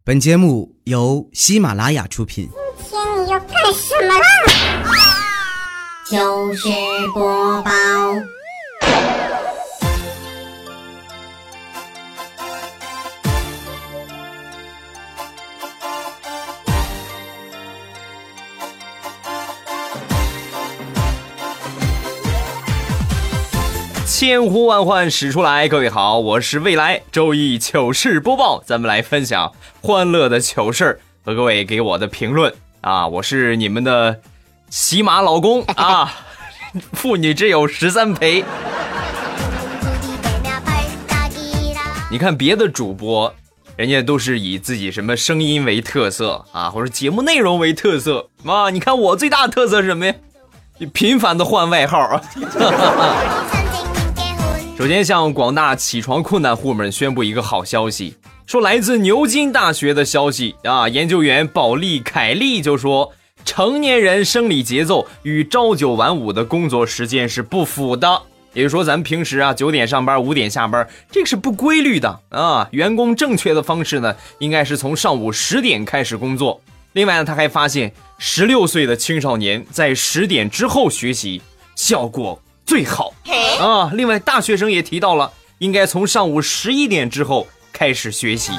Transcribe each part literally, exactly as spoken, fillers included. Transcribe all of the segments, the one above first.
本节目由喜马拉雅出品。 今天你要干什么啦？ 糗事播报。 千呼万唤始出来，各位好，我是未来周一糗事播报，咱们来分享欢乐的糗事和各位给我的评论啊！我是你们的喜马老公啊，妇女之友十三陪。你看别的主播，人家都是以自己什么声音为特色啊，或者节目内容为特色啊。你看我最大的特色是什么呀？频繁的换外号啊。首先向广大起床困难户们宣布一个好消息，说来自牛津大学的消息啊，研究员保利凯利就说，成年人生理节奏与朝九晚五的工作时间是不符的，也就是说咱们平时啊九点上班五点下班，这个是不规律的啊。员工正确的方式呢，应该是从上午十点开始工作。另外呢，他还发现十六岁的青少年在十点之后学习效果最好啊！另外，大学生也提到了，应该从上午十一点之后开始学习，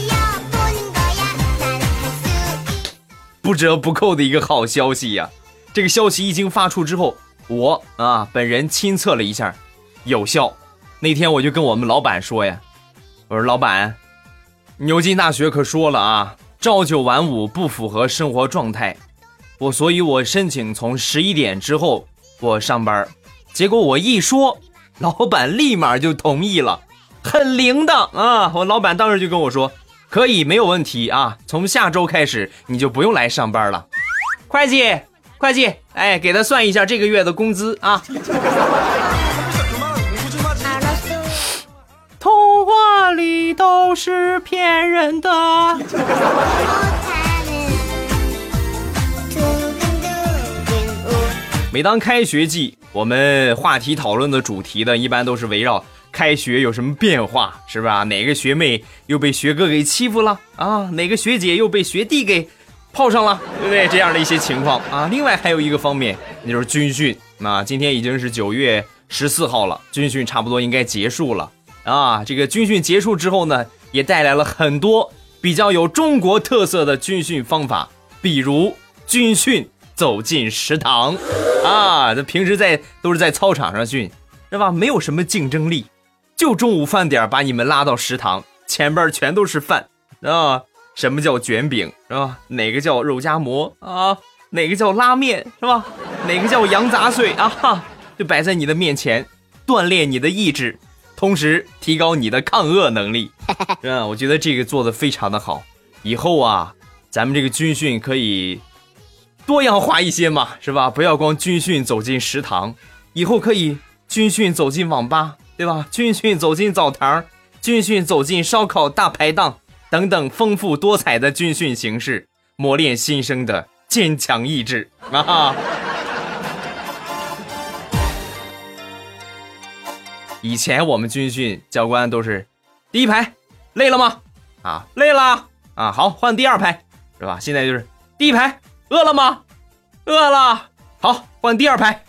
不折不扣的一个好消息呀！这个消息一经发出之后，我啊本人亲测了一下，有效。那天我就跟我们老板说呀，我说老板，牛津大学可说了啊，朝九晚五不符合生活状态，我所以，我申请从十一点之后我上班。结果我一说，老板立马就同意了，很灵的啊！我老板当时就跟我说，可以，没有问题啊，从下周开始你就不用来上班了。会计，会计，哎，给他算一下这个月的工资啊。童话里都是骗人的。每当开学季，我们话题讨论的主题的一般都是围绕开学有什么变化，是吧？哪个学妹又被学哥给欺负了啊？哪个学姐又被学弟给泡上了，对不对？这样的一些情况啊。另外还有一个方面，那就是军训啊。今天已经是九月十四号了，军训差不多应该结束了啊。这个军训结束之后呢，也带来了很多比较有中国特色的军训方法，比如军训走进食堂啊，这平时在都是在操场上训，是吧？没有什么竞争力，就中午饭点把你们拉到食堂，前边全都是饭啊。什么叫卷饼，是吧？哪个叫肉夹馍啊？哪个叫拉面，是吧？哪个叫羊杂碎啊？就摆在你的面前，锻炼你的意志，同时提高你的抗饿能力。啊，我觉得这个做得非常的好。以后啊，咱们这个军训可以多样化一些嘛，是吧？不要光军训走进食堂，以后可以军训走进网吧，对吧？军训走进澡堂，军训走进烧烤大排档等等丰富多彩的军训形式，磨练新生的坚强意志啊！以前我们军训教官都是第一排累了吗？啊，累了啊，好，换第二排，是吧？现在就是第一排饿了吗？饿了，好，换第二排。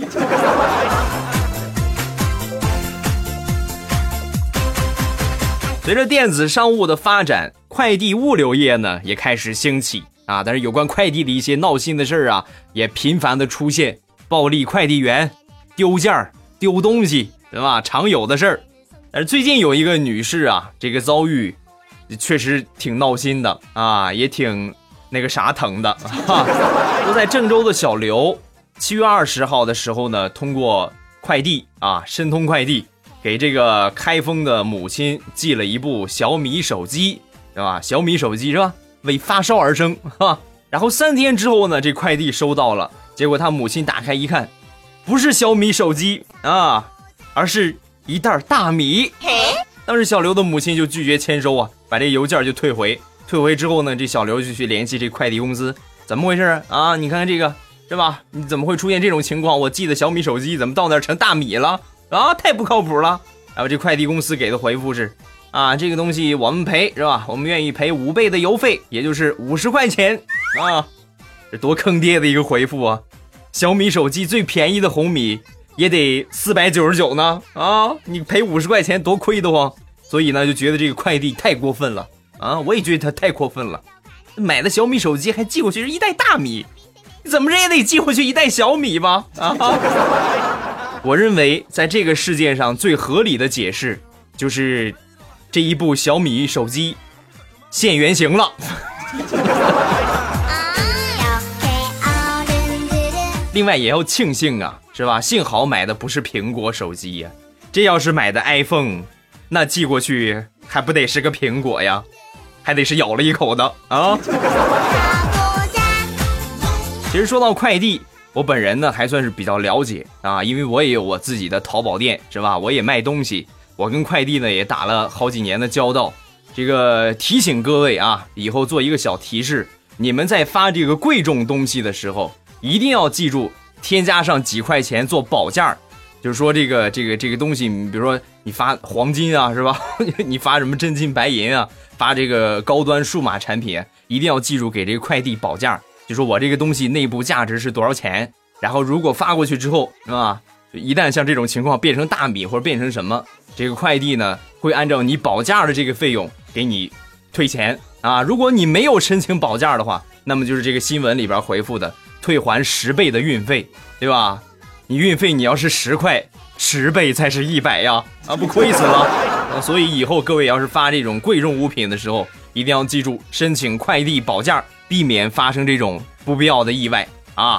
随着电子商务的发展，快递物流业呢也开始兴起啊。但是有关快递的一些闹心的事儿啊，也频繁的出现，暴力快递员、丢件儿、丢东西，对吧？常有的事儿。但是最近有一个女士啊，这个遭遇确实挺闹心的啊，也挺那个啥疼的哈。都在郑州的小刘，七月二十号的时候呢，通过快递啊，申通快递给这个开封的母亲寄了一部小米手机，是吧？小米手机是吧？为发烧而生哈。然后三天之后呢，这快递收到了，结果他母亲打开一看，不是小米手机啊，而是一袋大米。当时小刘的母亲就拒绝签收啊，把这邮件就退回。退回之后呢，这小刘就去联系这快递公司，怎么回事啊？你看看这个是吧？你怎么会出现这种情况？我寄的小米手机怎么到那儿成大米了啊？太不靠谱了。然后这快递公司给的回复是啊，这个东西我们赔是吧？我们愿意赔五倍的邮费，也就是五十块钱啊，这多坑爹的一个回复啊！小米手机最便宜的红米也得四百九十九呢啊，你赔五十块钱多亏得慌，所以呢就觉得这个快递太过分了啊！我也觉得它太过分了，买的小米手机还寄过去是一袋大米，你怎么着也得寄回去一袋小米吧啊！我认为在这个世界上最合理的解释就是这一部小米手机现原形了。另外也要庆幸啊，是吧？幸好买的不是苹果手机呀，这要是买的 iPhone， 那寄过去还不得是个苹果呀，还得是咬了一口的啊。其实说到快递，我本人呢还算是比较了解啊，因为我也有我自己的淘宝店，是吧？我也卖东西，我跟快递呢也打了好几年的交道。这个提醒各位啊，以后做一个小提示，你们在发这个贵重东西的时候，一定要记住添加上几块钱做保价，就是说这个这个这个东西，比如说你发黄金啊，是吧？你发什么真金白银啊，发这个高端数码产品，一定要记住给这个快递保价，就说我这个东西内部价值是多少钱，然后如果发过去之后啊，一旦像这种情况变成大米或者变成什么，这个快递呢会按照你保价的这个费用给你退钱啊。如果你没有申请保价的话，那么就是这个新闻里边回复的退还十倍的运费，对吧？你运费你要是十块，十倍才是一百呀，啊，不亏死了。啊，所以以后各位要是发这种贵重物品的时候，一定要记住申请快递保价，避免发生这种不必要的意外啊。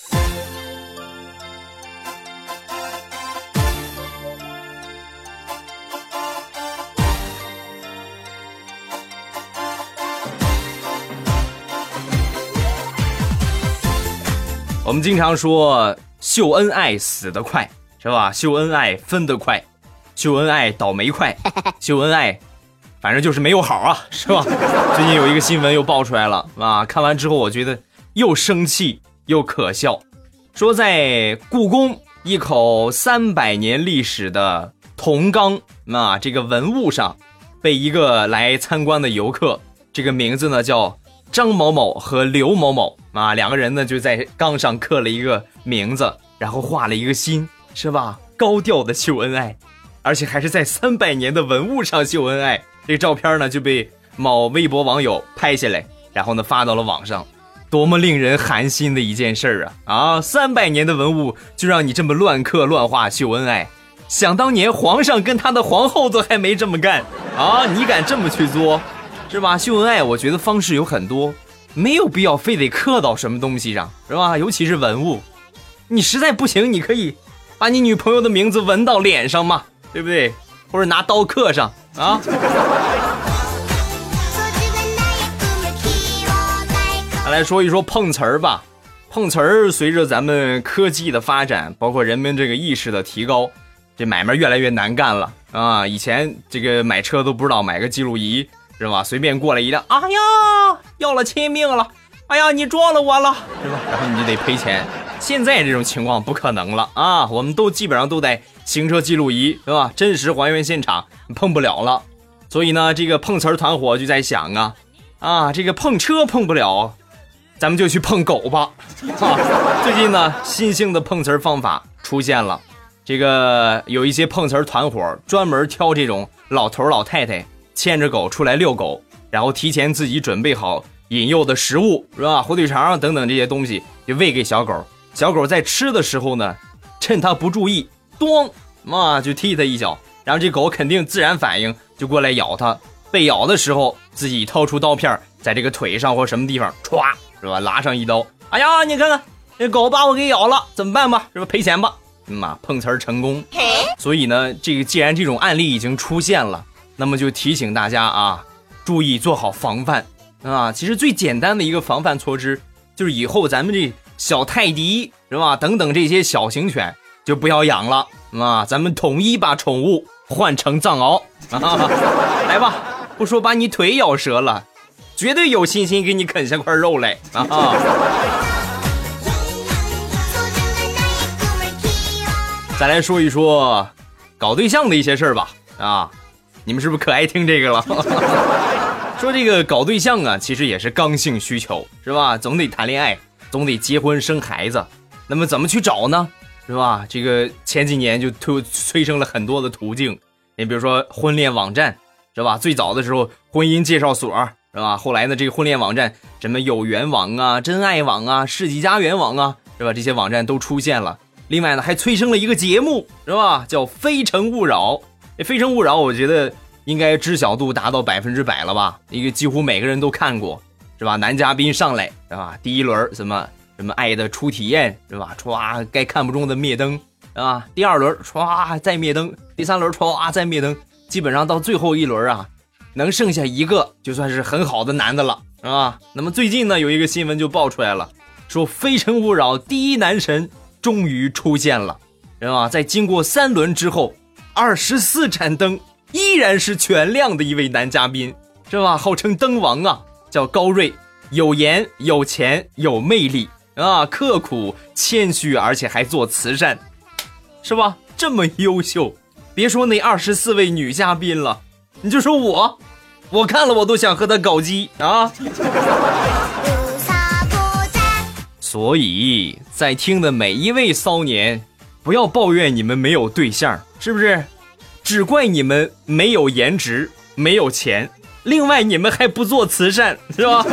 我们经常说秀恩爱死得快，是吧？秀恩爱分得快，秀恩爱倒霉快，秀恩爱反正就是没有好啊，是吧？最近有一个新闻又爆出来了啊，看完之后我觉得又生气又可笑，说在故宫一口三百年历史的铜缸啊，这个文物上被一个来参观的游客，这个名字呢叫张某某和刘某某啊，两个人呢就在缸上刻了一个名字，然后画了一个心，是吧？高调的秀恩爱，而且还是在三百年的文物上秀恩爱。这照片呢就被某微博网友拍下来，然后呢发到了网上。多么令人寒心的一件事啊！啊，三百年的文物就让你这么乱刻乱画秀恩爱。想当年皇上跟他的皇后都还没这么干啊，你敢这么去做？是吧？秀恩爱我觉得方式有很多，没有必要非得刻到什么东西上，是吧？尤其是文物，你实在不行你可以把你女朋友的名字纹到脸上嘛，对不对？或者拿刀刻上啊。来说一说碰瓷儿吧。碰瓷儿随着咱们科技的发展，包括人们这个意识的提高，这买卖越来越难干了啊！以前这个买车都不知道买个记录仪是吧？随便过来一辆，哎呀，要了亲命了，哎呀，你撞了我了，是吧？然后你就得赔钱。现在这种情况不可能了啊！我们都基本上都得行车记录仪，是吧？真实还原现场，碰不了了。所以呢，这个碰瓷儿团伙就在想啊，啊，这个碰车碰不了，咱们就去碰狗吧。啊，最近呢，新兴的碰瓷儿方法出现了。这个有一些碰瓷儿团伙专门挑这种老头老太太牵着狗出来遛狗，然后提前自己准备好引诱的食物，是吧？火腿肠等等这些东西就喂给小狗。小狗在吃的时候呢，趁它不注意，咚啊就踢它一脚，然后这狗肯定自然反应就过来咬它。被咬的时候，自己掏出刀片，在这个腿上或什么地方歘，是吧？拉上一刀。哎呀，你看看这狗把我给咬了，怎么办吧？是吧？赔钱吧。嗯啊，碰瓷儿成功。所以呢，这个既然这种案例已经出现了，那么就提醒大家啊，注意做好防范啊。其实最简单的一个防范措施，就是以后咱们这小泰迪是吧，等等这些小型犬就不要养了啊，咱们统一把宠物换成藏獒啊。来吧，不说把你腿咬折了，绝对有信心给你啃下块肉来啊。再来说一说搞对象的一些事儿吧啊。 你们是不是可爱听这个了？说这个搞对象啊，其实也是刚性需求，是吧？总得谈恋爱，总得结婚生孩子。那么怎么去找呢？是吧？这个前几年就推催生了很多的途径。你比如说婚恋网站，是吧？最早的时候婚姻介绍所，是吧？后来呢，这个婚恋网站什么有缘网啊、真爱网啊、世纪佳缘网啊，是吧？这些网站都出现了。另外呢，还催生了一个节目，是吧？叫《非诚勿扰》。这《非诚勿扰》，我觉得应该知晓度达到百分之百了吧？一个几乎每个人都看过，是吧？男嘉宾上来，是吧？第一轮什么什么爱的初体验，是吧？歘，该看不中的灭灯，是吧？第二轮歘再灭灯，第三轮歘再灭灯，基本上到最后一轮啊，能剩下一个就算是很好的男的了，是吧？那么最近呢，有一个新闻就爆出来了，说《非诚勿扰》第一男神终于出现了，是吧？在经过三轮之后，二十四盏灯依然是全亮的一位男嘉宾，是吧？号称灯王啊，叫高瑞，有颜有钱有魅力啊，刻苦谦虚，而且还做慈善，是吧？这么优秀，别说那二十四位女嘉宾了，你就说我我看了我都想和他搞基啊。所以在听的每一位骚年，不要抱怨你们没有对象，是不是？只怪你们没有颜值没有钱，另外你们还不做慈善，是吧？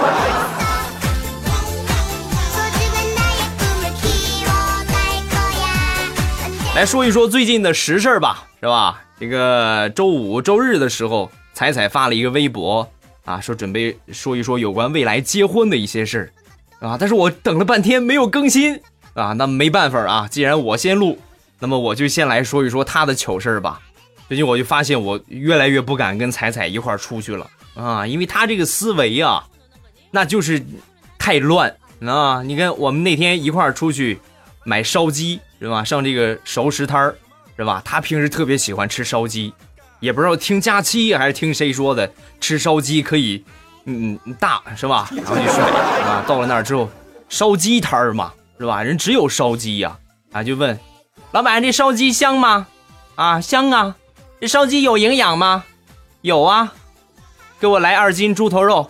来说一说最近的实事吧，是吧？这个周五周日的时候，彩彩发了一个微博啊，说准备说一说有关未来结婚的一些事啊，但是我等了半天没有更新啊，那没办法啊，既然我先录，那么我就先来说一说他的糗事吧。最近我就发现我越来越不敢跟彩彩一块出去了啊，因为他这个思维啊，那就是太乱啊。你看我们那天一块出去买烧鸡，是吧？上这个熟食摊儿，是吧？他平时特别喜欢吃烧鸡，也不知道听佳期还是听谁说的，吃烧鸡可以嗯大，是吧？然后就去买，是吧？到了那儿之后，烧鸡摊儿嘛，是吧？人只有烧鸡呀，啊，就问老板这烧鸡香吗？啊，香啊。这烧鸡有营养吗？有啊，给我来二斤猪头肉。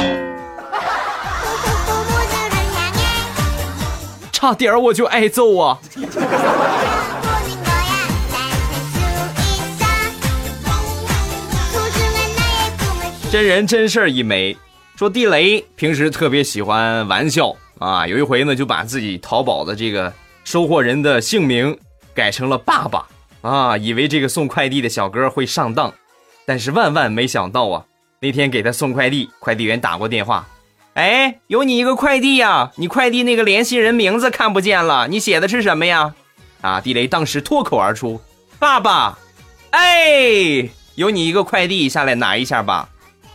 差点我就挨揍啊！真人真事儿一枚，说地雷平时特别喜欢玩笑啊，有一回呢就把自己淘宝的这个收货人的姓名改成了爸爸。啊，以为这个送快递的小哥会上当，但是万万没想到啊！那天给他送快递，快递员打过电话，哎，有你一个快递呀，你快递那个联系人名字看不见了，你写的是什么呀？啊，地雷当时脱口而出，爸爸，哎，有你一个快递，下来拿一下吧。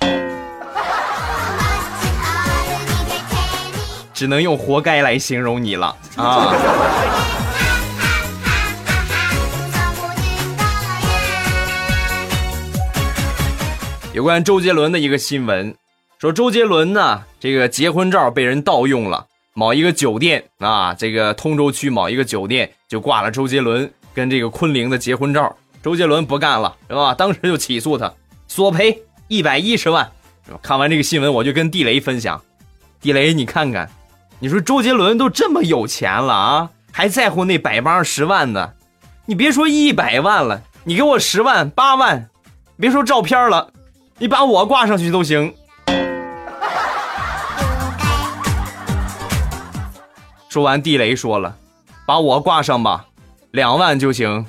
只能用活该来形容你了啊！有关周杰伦的一个新闻，说周杰伦呢，这个结婚照被人盗用了，某一个酒店啊，这个通州区某一个酒店就挂了周杰伦跟这个昆凌的结婚照，周杰伦不干了，是吧？当时就起诉他，索赔一百一十万。看完这个新闻，我就跟地雷分享，地雷你看看，你说周杰伦都这么有钱了啊，还在乎那百八十万呢？你别说一百万了，你给我十万八万，别说照片了。你把我挂上去都行。说完，地雷说了，把我挂上吧，两万就行。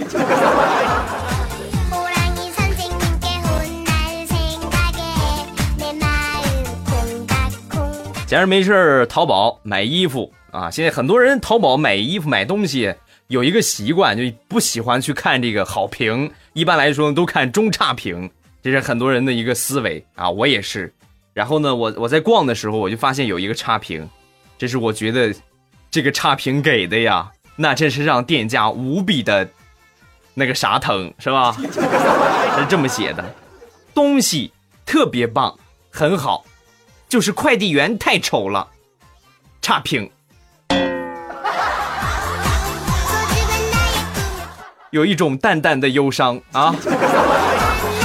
闲着没事淘宝买衣服啊，现在很多人淘宝买衣服买东西有一个习惯，就不喜欢去看这个好评，一般来说都看中差评。这是很多人的一个思维啊，我也是。然后呢，我我在逛的时候，我就发现有一个差评，这是我觉得这个差评给的呀，那真是让店家无比的那个啥疼，是吧？是这么写的，东西特别棒，很好，就是快递员太丑了，差评。有一种淡淡的忧伤啊。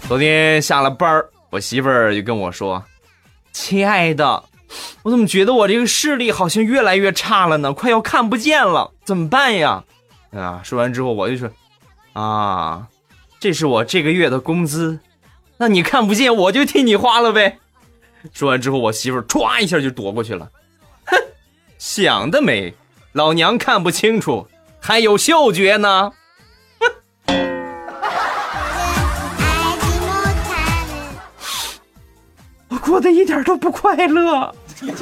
昨天下了班，我媳妇儿就跟我说：“亲爱的，我怎么觉得我这个视力好像越来越差了呢？快要看不见了，怎么办呀？”啊，说完之后我就说：“啊，这是我这个月的工资，那你看不见我就替你花了呗。”说完之后，我媳妇儿歘一下就躲过去了。哼，想得美，老娘看不清楚，还有嗅觉呢。我过得一点都不快乐。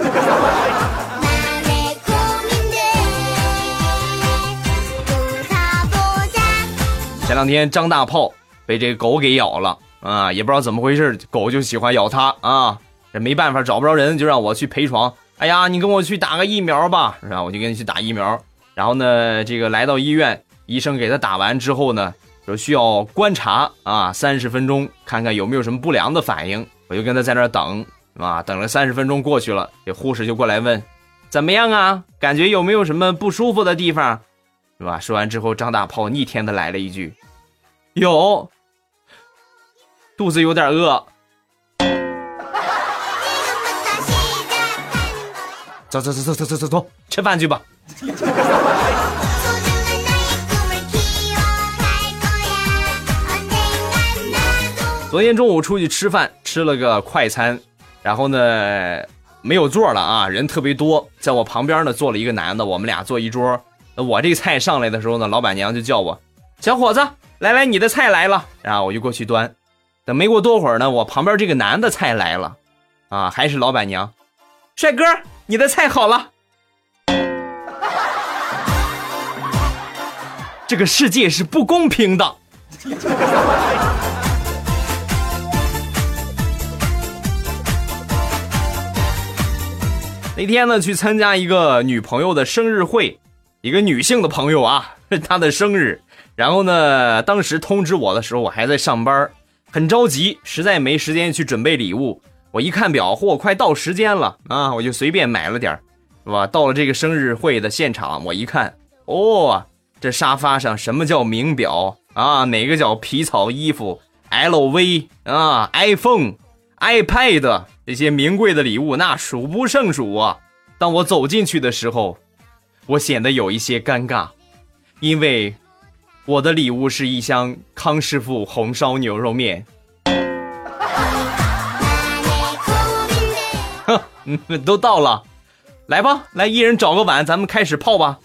前两天张大炮被这个狗给咬了啊，也不知道怎么回事，狗就喜欢咬他啊。这没办法，找不着人，就让我去陪床。哎呀，你跟我去打个疫苗吧，然后我就跟你去打疫苗。然后呢，这个来到医院，医生给他打完之后呢，说需要观察啊，三十分钟，看看有没有什么不良的反应。我就跟他在那儿等啊，等了三十分钟过去了，这护士就过来问，怎么样啊？感觉有没有什么不舒服的地方？是吧？说完之后，张大炮逆天的来了一句，有，肚子有点饿。走走走走走走走走，吃饭去吧。昨天中午出去吃饭，吃了个快餐，然后呢没有座了啊，人特别多，在我旁边呢坐了一个男的，我们俩坐一桌。我这个菜上来的时候呢，老板娘就叫我，小伙子，来来，你的菜来了。然后我就过去端，等没过多会儿呢，我旁边这个男的菜来了啊，还是老板娘，帅哥，你的菜好了。这个世界是不公平的。那天呢，去参加一个女朋友的生日会，一个女性的朋友啊，她的生日。然后呢，当时通知我的时候，我还在上班，很着急，实在没时间去准备礼物。我一看表，嚯，快到时间了啊！我就随便买了点，是吧？到了这个生日会的现场，我一看，哦，这沙发上什么叫名表啊？哪个叫皮草衣服 ？L V 啊 ，iPhone、iPad 这些名贵的礼物，那数不胜数啊！当我走进去的时候，我显得有一些尴尬，因为我的礼物是一箱康师傅红烧牛肉面。嗯，都到了，来吧，来一人找个碗，咱们开始泡吧。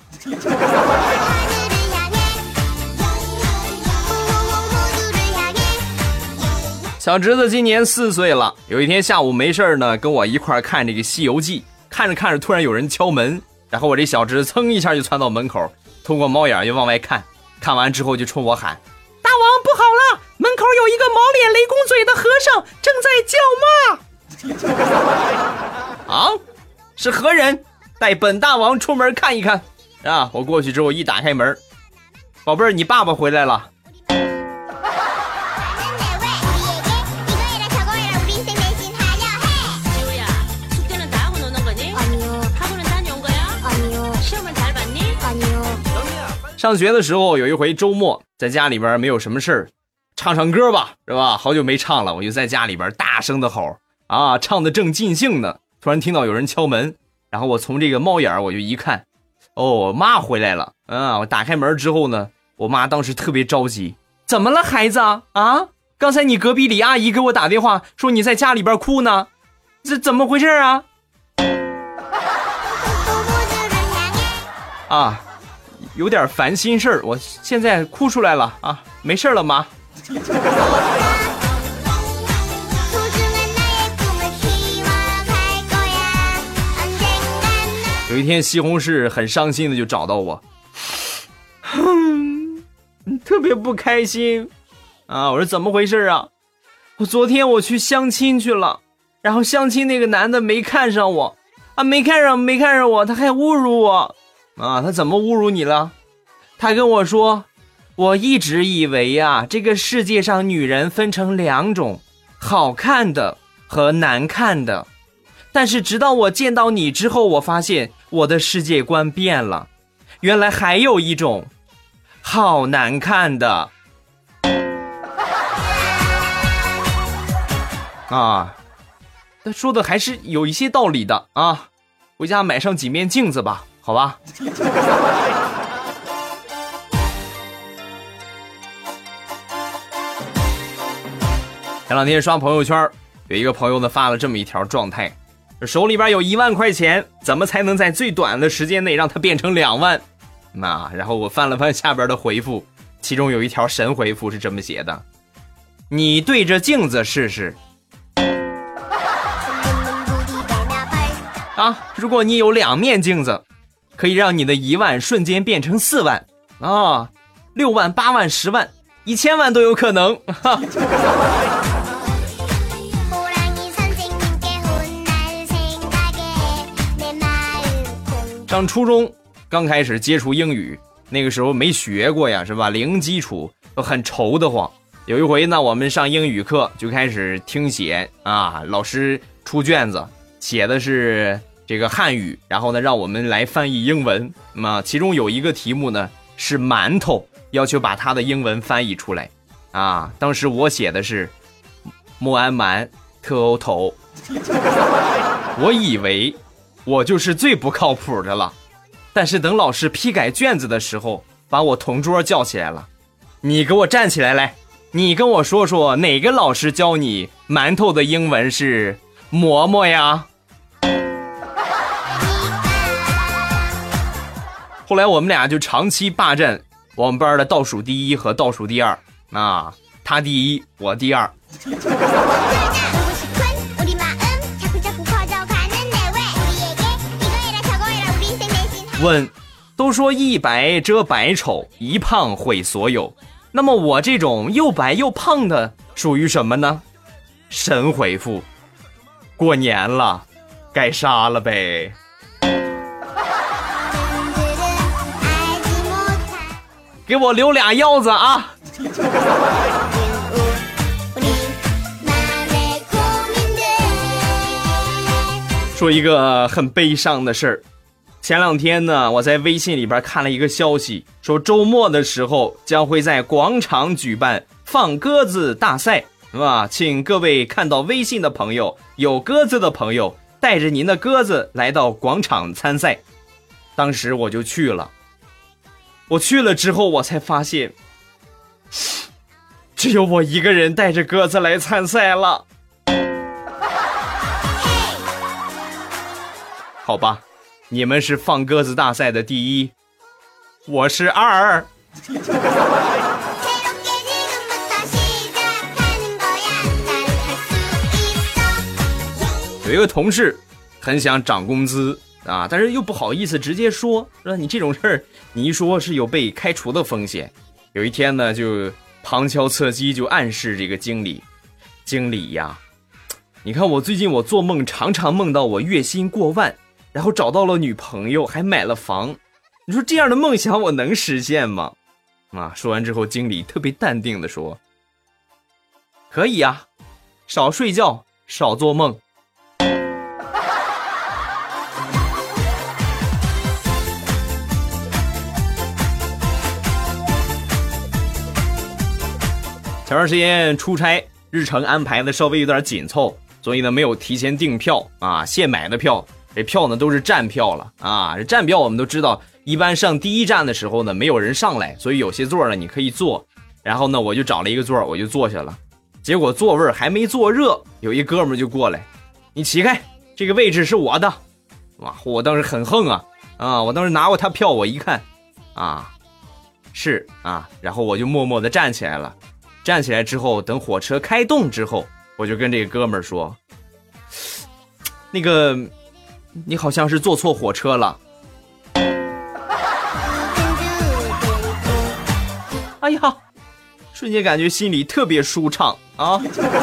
小侄子今年四岁了，有一天下午没事呢，跟我一块看这个《西游记》，看着看着突然有人敲门，然后我这小侄子噌一下就窜到门口，通过猫眼就往外看，看完之后就冲我喊，大王不好了，门口有一个毛脸雷公嘴的和尚正在叫骂。啊，是何人？带本大王出门看一看啊！我过去之后一打开门，宝贝儿，你爸爸回来了。上学的时候有一回周末在家里边没有什么事儿，唱唱歌吧，是吧？好久没唱了，我就在家里边大声的吼啊，唱得正尽兴呢，突然听到有人敲门，然后我从这个猫眼我就一看，哦，妈回来了啊！我打开门之后呢，我妈当时特别着急，怎么了孩子啊？刚才你隔壁李阿姨给我打电话说你在家里边哭呢，这怎么回事啊？啊，有点烦心事儿，我现在哭出来了啊，没事了妈。有一天西红柿很伤心的就找到我，哼，特别不开心啊！我说怎么回事啊？我昨天我去相亲去了，然后相亲那个男的没看上我啊，没看上没看上我，他还侮辱我啊！他怎么侮辱你了？他跟我说，我一直以为呀，这个世界上女人分成两种，好看的和难看的。但是直到我见到你之后，我发现我的世界观变了，原来还有一种好难看的。 啊，他说的还是有一些道理的啊，回家买上几面镜子吧，好吧。前两天刷朋友圈，有一个朋友呢发了这么一条状态，手里边有一万块钱，怎么才能在最短的时间内让它变成两万？那然后我翻了翻下边的回复，其中有一条神回复是这么写的：你对着镜子试试。啊，如果你有两面镜子，可以让你的一万瞬间变成四万啊，六万、八万、十万、一千万都有可能。哈。上初中刚开始接触英语，那个时候没学过呀，是吧？零基础都很愁得慌。有一回呢，我们上英语课就开始听写啊，老师出卷子，写的是这个汉语，然后呢让我们来翻译英文。那么其中有一个题目呢是馒头，要求把它的英文翻译出来啊。当时我写的是莫安馒特欧头，我以为我就是最不靠谱的了。但是等老师批改卷子的时候，把我同桌叫起来了，你给我站起来来，你跟我说说哪个老师教你馒头的英文是馍馍呀？后来我们俩就长期霸占我们班的倒数第一和倒数第二啊，他第一，我第二。问，都说一白遮百丑，一胖毁所有，那么我这种又白又胖的属于什么呢？神回复，过年了，该杀了呗。给我留俩腰子啊！说一个很悲伤的事儿。前两天呢，我在微信里边看了一个消息，说周末的时候将会在广场举办放鸽子大赛，是吧？请各位看到微信的朋友，有鸽子的朋友，带着您的鸽子来到广场参赛。当时我就去了，我去了之后，我才发现，只有我一个人带着鸽子来参赛了。好吧。你们是放鸽子大赛的第一，我是二。有一个同事很想涨工资啊，但是又不好意思直接说，说你这种事儿，你一说是有被开除的风险。有一天呢，就旁敲侧击就暗示这个经理，经理呀，你看我最近我做梦常常梦到我月薪过万。然后找到了女朋友，还买了房，你说这样的梦想我能实现吗？啊！说完之后，经理特别淡定地说：“可以啊，少睡觉，少做梦。”前段时间出差，日程安排的稍微有点紧凑，所以呢没有提前订票啊，现买的票。这票呢都是站票了啊！这站票我们都知道，一般上第一站的时候呢，没有人上来，所以有些座呢你可以坐。然后呢，我就找了一个座，我就坐下了。结果座位还没坐热，有一哥们就过来，你起开，这个位置是我的。哇！我当时很横啊啊！我当时拿过他票，我一看，啊，是啊，然后我就默默地站起来了。站起来之后，等火车开动之后，我就跟这个哥们说，那个。你好像是坐错火车了。哎呀，瞬间感觉心里特别舒畅啊！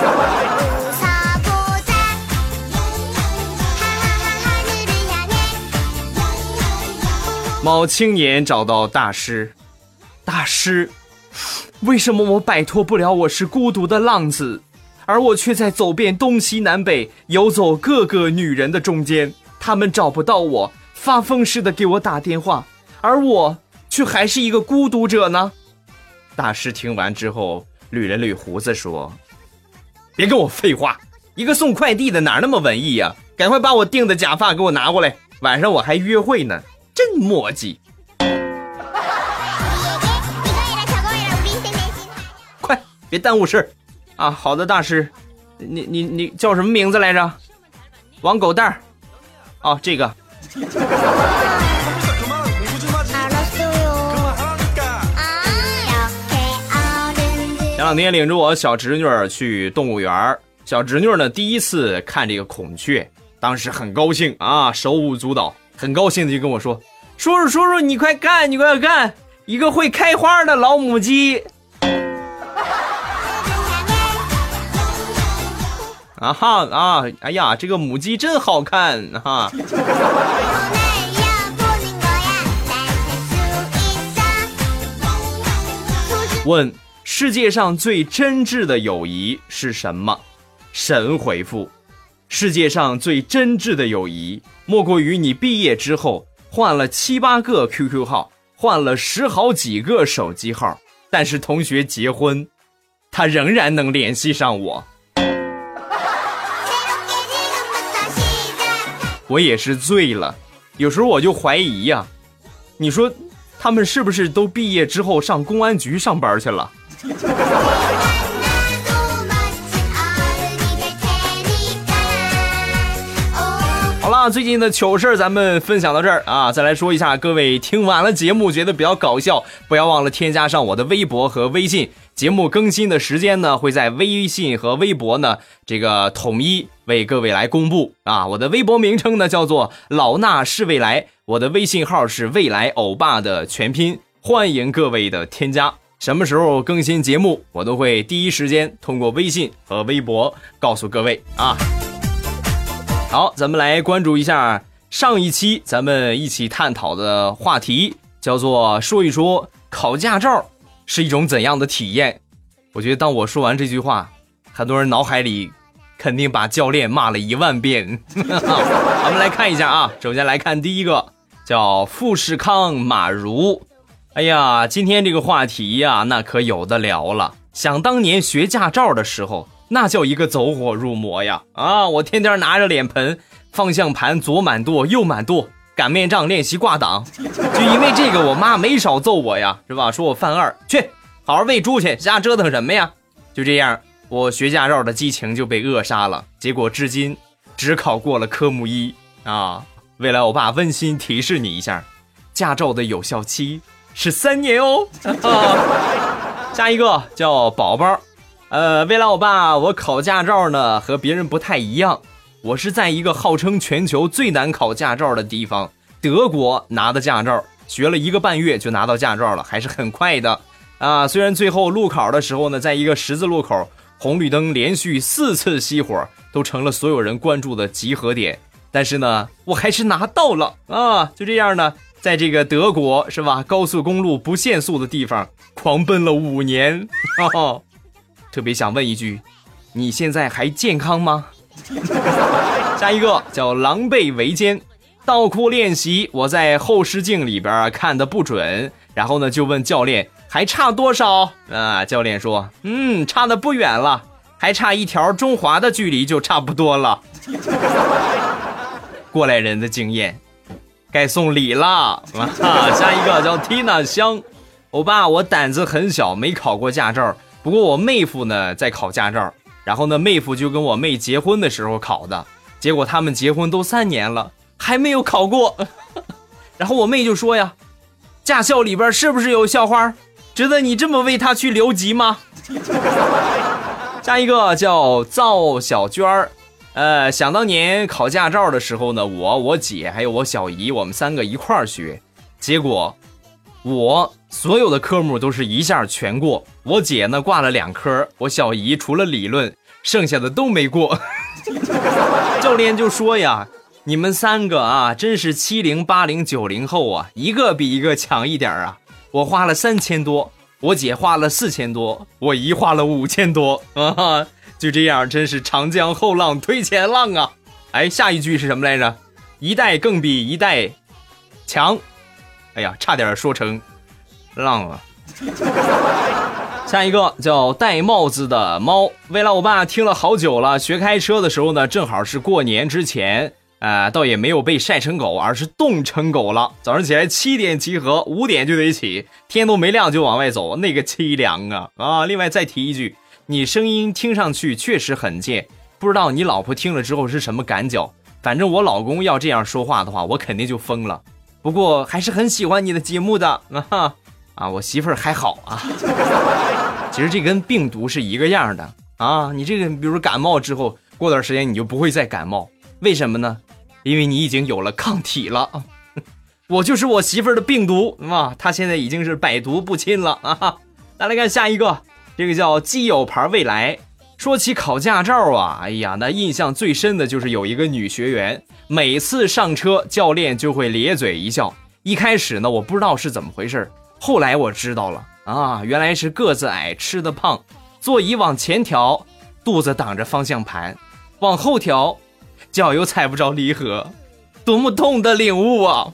某青年找到大师，大师，为什么我摆脱不了我是孤独的浪子，而我却在走遍东西南北，游走各个女人的中间？他们找不到我，发疯似的给我打电话，而我却还是一个孤独者呢。大师听完之后捋了捋胡子说，别跟我废话， 一个送快递的哪那么文艺呀？赶快把我订的假发给我拿过来，晚上我还约会呢，真磨叽。快，别耽误事儿啊！好的，大师，你你你叫什么名字来着？王狗蛋儿。哦，这个。前两天领着我小侄女儿去动物园，小侄女儿呢第一次看这个孔雀，当时很高兴啊，手舞足蹈，很高兴的就跟我说：“叔叔叔叔，你快看，你快看，一个会开花的老母鸡。”啊哈啊！哎呀，这个母鸡真好看哈！问世界上最真挚的友谊是什么？神回复：世界上最真挚的友谊，莫过于你毕业之后换了七八个 Q Q 号，换了十好几个手机号，但是同学结婚，他仍然能联系上我。我也是醉了，有时候我就怀疑呀、啊，你说他们是不是都毕业之后上公安局上班去了？好了，最近的糗事咱们分享到这儿啊，再来说一下，各位听完了节目觉得比较搞笑，不要忘了添加上我的微博和微信。节目更新的时间呢，会在微信和微博呢这个统一为各位来公布啊。我的微博名称呢叫做老衲是未来，我的微信号是未来欧巴的全拼，欢迎各位的添加。什么时候更新节目，我都会第一时间通过微信和微博告诉各位啊。好，咱们来关注一下上一期咱们一起探讨的话题，叫做说一说考驾照是一种怎样的体验。我觉得当我说完这句话，很多人脑海里肯定把教练骂了一万遍。我们来看一下啊，首先来看第一个，叫富士康马如。哎呀，今天这个话题呀、啊，那可有的聊了。想当年学驾照的时候，那叫一个走火入魔呀！啊，我天天拿着脸盆，方向盘左满舵右满舵，擀面杖练习挂档，就因为这个我妈没少揍我呀，是吧？说我犯二，去好好喂猪去，瞎折腾什么呀？就这样，我学驾照的激情就被扼杀了，结果至今只考过了科目一啊！未来我爸温馨提示你一下，驾照的有效期是三年哦。下一个叫宝宝。呃，未来欧巴，我考驾照呢和别人不太一样，我是在一个号称全球最难考驾照的地方德国拿的驾照，学了一个半月就拿到驾照了，还是很快的啊。虽然最后路考的时候呢，在一个十字路口，红绿灯连续四次熄火，都成了所有人关注的集合点，但是呢，我还是拿到了啊。就这样呢，在这个德国是吧，高速公路不限速的地方狂奔了五年。哦，特别想问一句，你现在还健康吗？下一个叫狼狈为奸。倒库练习，我在后视镜里边看的不准，然后呢就问教练还差多少啊？教练说嗯差的不远了，还差一条中华的距离就差不多了。过来人的经验，该送礼了啊！下一个叫 Tina 香。欧巴，我胆子很小，没考过驾照，不过我妹夫呢在考驾照，然后呢妹夫就跟我妹结婚的时候考的，结果他们结婚都三年了还没有考过。然后我妹就说呀，驾校里边是不是有校花，值得你这么为他去留级吗？下一个叫赵小娟儿。呃，想当年考驾照的时候呢，我我姐还有我小姨，我们三个一块儿学，结果我所有的科目都是一下全过，我姐呢挂了两科，我小姨除了理论剩下的都没过。教练就说呀，你们三个啊真是七零八零九零后啊，一个比一个强一点啊。我花了三千多，我姐花了四千多，我姨花了五千多啊，就这样，真是长江后浪推前浪啊。哎，下一句是什么来着？一代更比一代强。哎呀，差点说成浪了。 下一个叫戴帽子的猫，未来我爸听了好久了，学开车的时候呢，正好是过年之前，呃，倒也没有被晒成狗，而是冻成狗了。早上起来七点集合，五点就得起，天都没亮就往外走，那个凄凉啊啊！另外再提一句，你声音听上去确实很贱，不知道你老婆听了之后是什么感觉。反正我老公要这样说话的话，我肯定就疯了。不过还是很喜欢你的节目的啊啊！我媳妇儿还好啊。其实这跟病毒是一个样的啊！你这个比如感冒之后，过段时间你就不会再感冒，为什么呢？因为你已经有了抗体了啊！我就是我媳妇儿的病毒啊，她现在已经是百毒不侵了啊！再来看下一个，这个叫基友牌未来。说起考驾照啊，哎呀，那印象最深的就是有一个女学员，每次上车教练就会咧嘴一笑。一开始呢，我不知道是怎么回事，后来我知道了啊，原来是个子矮吃得胖，座椅往前调，肚子挡着方向盘，往后调，脚又踩不着离合，多么痛的领悟啊！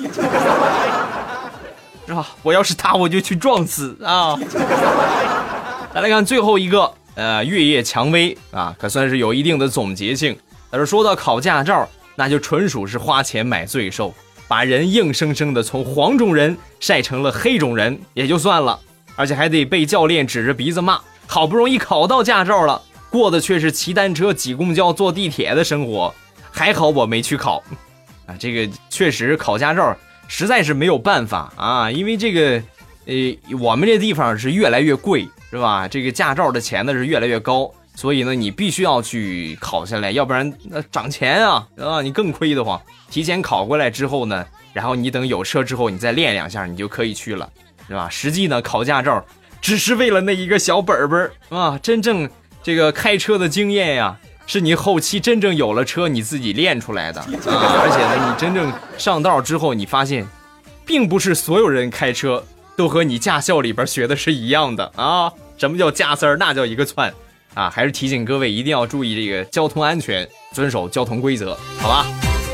是吧？我要是他，我就去撞死啊！再来看最后一个。呃，月夜蔷薇啊，可算是有一定的总结性。但是说到考驾照，那就纯属是花钱买罪受，把人硬生生的从黄种人晒成了黑种人也就算了，而且还得被教练指着鼻子骂。好不容易考到驾照了，过的却是骑单车、挤公交、坐地铁的生活。还好我没去考啊，这个确实考驾照实在是没有办法啊，因为这个，呃，我们这地方是越来越贵。是吧？这个驾照的钱呢是越来越高，所以呢你必须要去考下来，要不然那涨钱啊啊，你更亏得慌。提前考过来之后呢，然后你等有车之后，你再练两下，你就可以去了，是吧？实际呢，考驾照只是为了那一个小本本啊，真正这个开车的经验呀，是你后期真正有了车你自己练出来的啊。而且呢，你真正上道之后，你发现，并不是所有人开车都和你驾校里边学的是一样的啊！什么叫加塞儿？那叫一个窜啊！还是提醒各位一定要注意这个交通安全，遵守交通规则，好吧？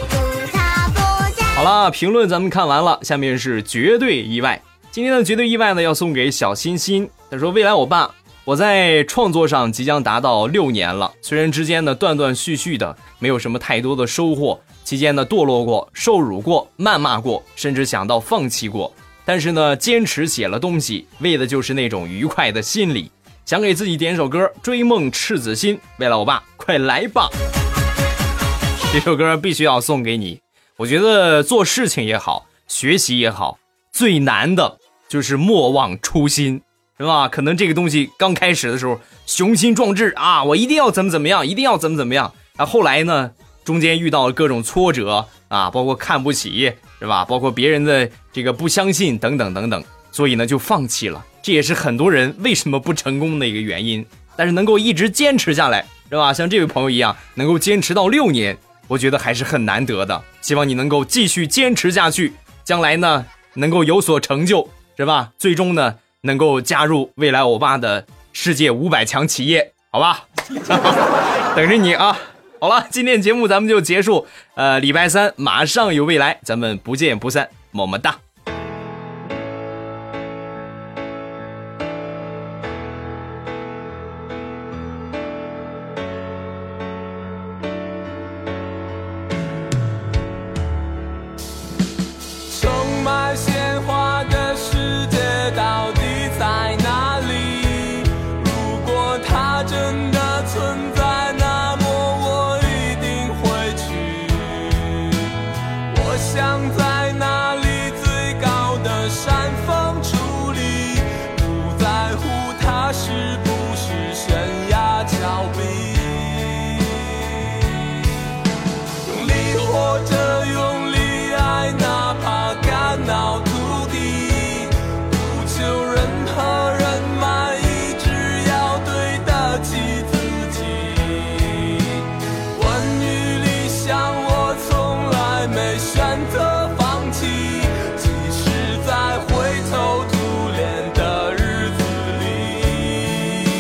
好了，评论咱们看完了，下面是绝对意外。今天的绝对意外呢，要送给小欣欣。他说：“未来我爸，我在创作上即将达到六年了，虽然之间呢断断续续的，没有什么太多的收获，期间呢堕落过、受辱过、谩骂过，甚至想到放弃过。”但是呢，坚持写了东西，为的就是那种愉快的心理。想给自己点首歌，追梦赤子心。未来我爸，快来吧！这首歌必须要送给你。我觉得做事情也好，学习也好，最难的就是莫忘初心，是吧？可能这个东西刚开始的时候雄心壮志啊，我一定要怎么怎么样，一定要怎么怎么样啊。后来呢，中间遇到了各种挫折啊，包括看不起，是吧？包括别人的这个不相信等等等等，所以呢就放弃了。这也是很多人为什么不成功的一个原因。但是能够一直坚持下来，是吧？像这位朋友一样，能够坚持到六年，我觉得还是很难得的。希望你能够继续坚持下去，将来呢能够有所成就，是吧？最终呢能够加入未来欧巴的世界五百强企业，好吧？等着你啊！好了，今天节目咱们就结束。呃，礼拜三马上有未来，咱们不见不散，么么哒。 充满鲜花的世界到底在哪里？如果它真的存在，想在那里最高的山峰矗立，不在乎它是不是悬崖峭壁，用力活着，用力爱，哪怕肝脑涂地，不求任何人满意，只要对得起自己。关于理想，我从来没选择放弃，即使在灰头土脸的日子里。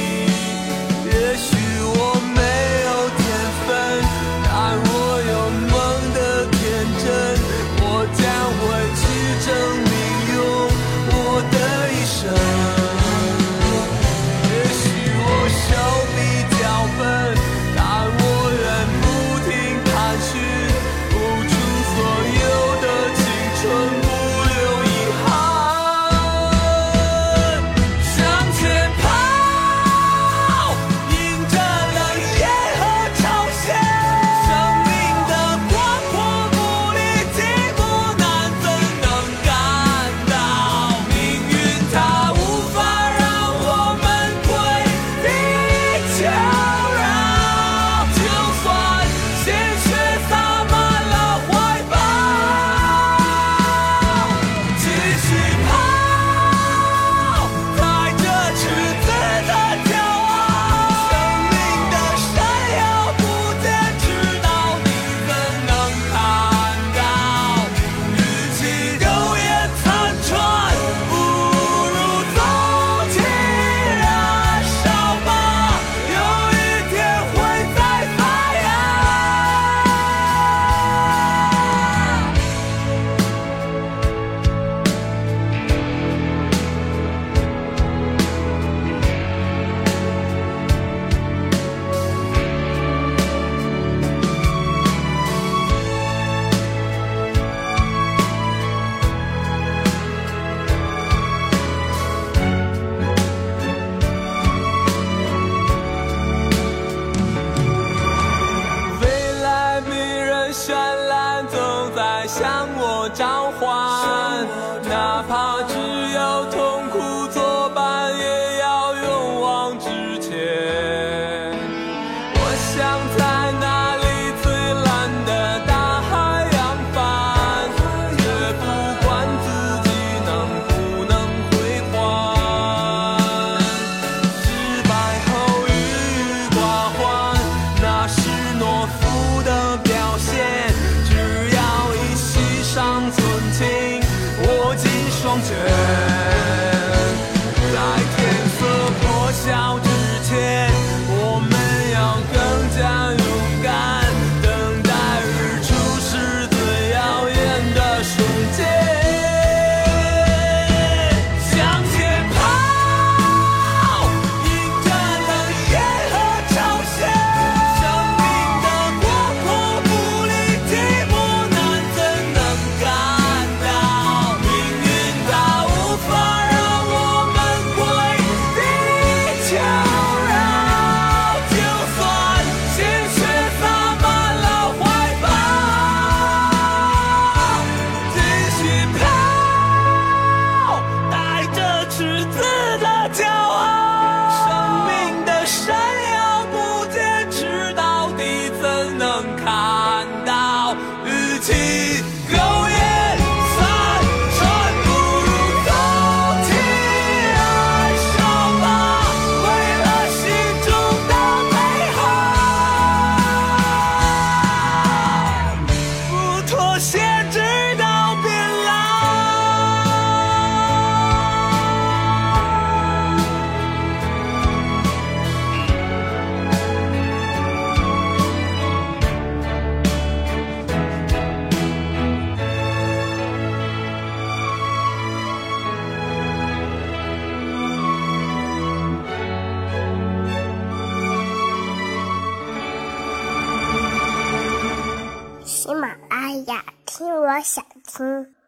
悄然。就算鲜血洒满了怀抱，继续飘，带着赤子的骄傲。生命的闪耀不坚持到底，怎能看到雨季苟延残喘，不如从轻燃烧吧，为了心中的美好，不妥协直到变老。 喜马拉雅，听我想听。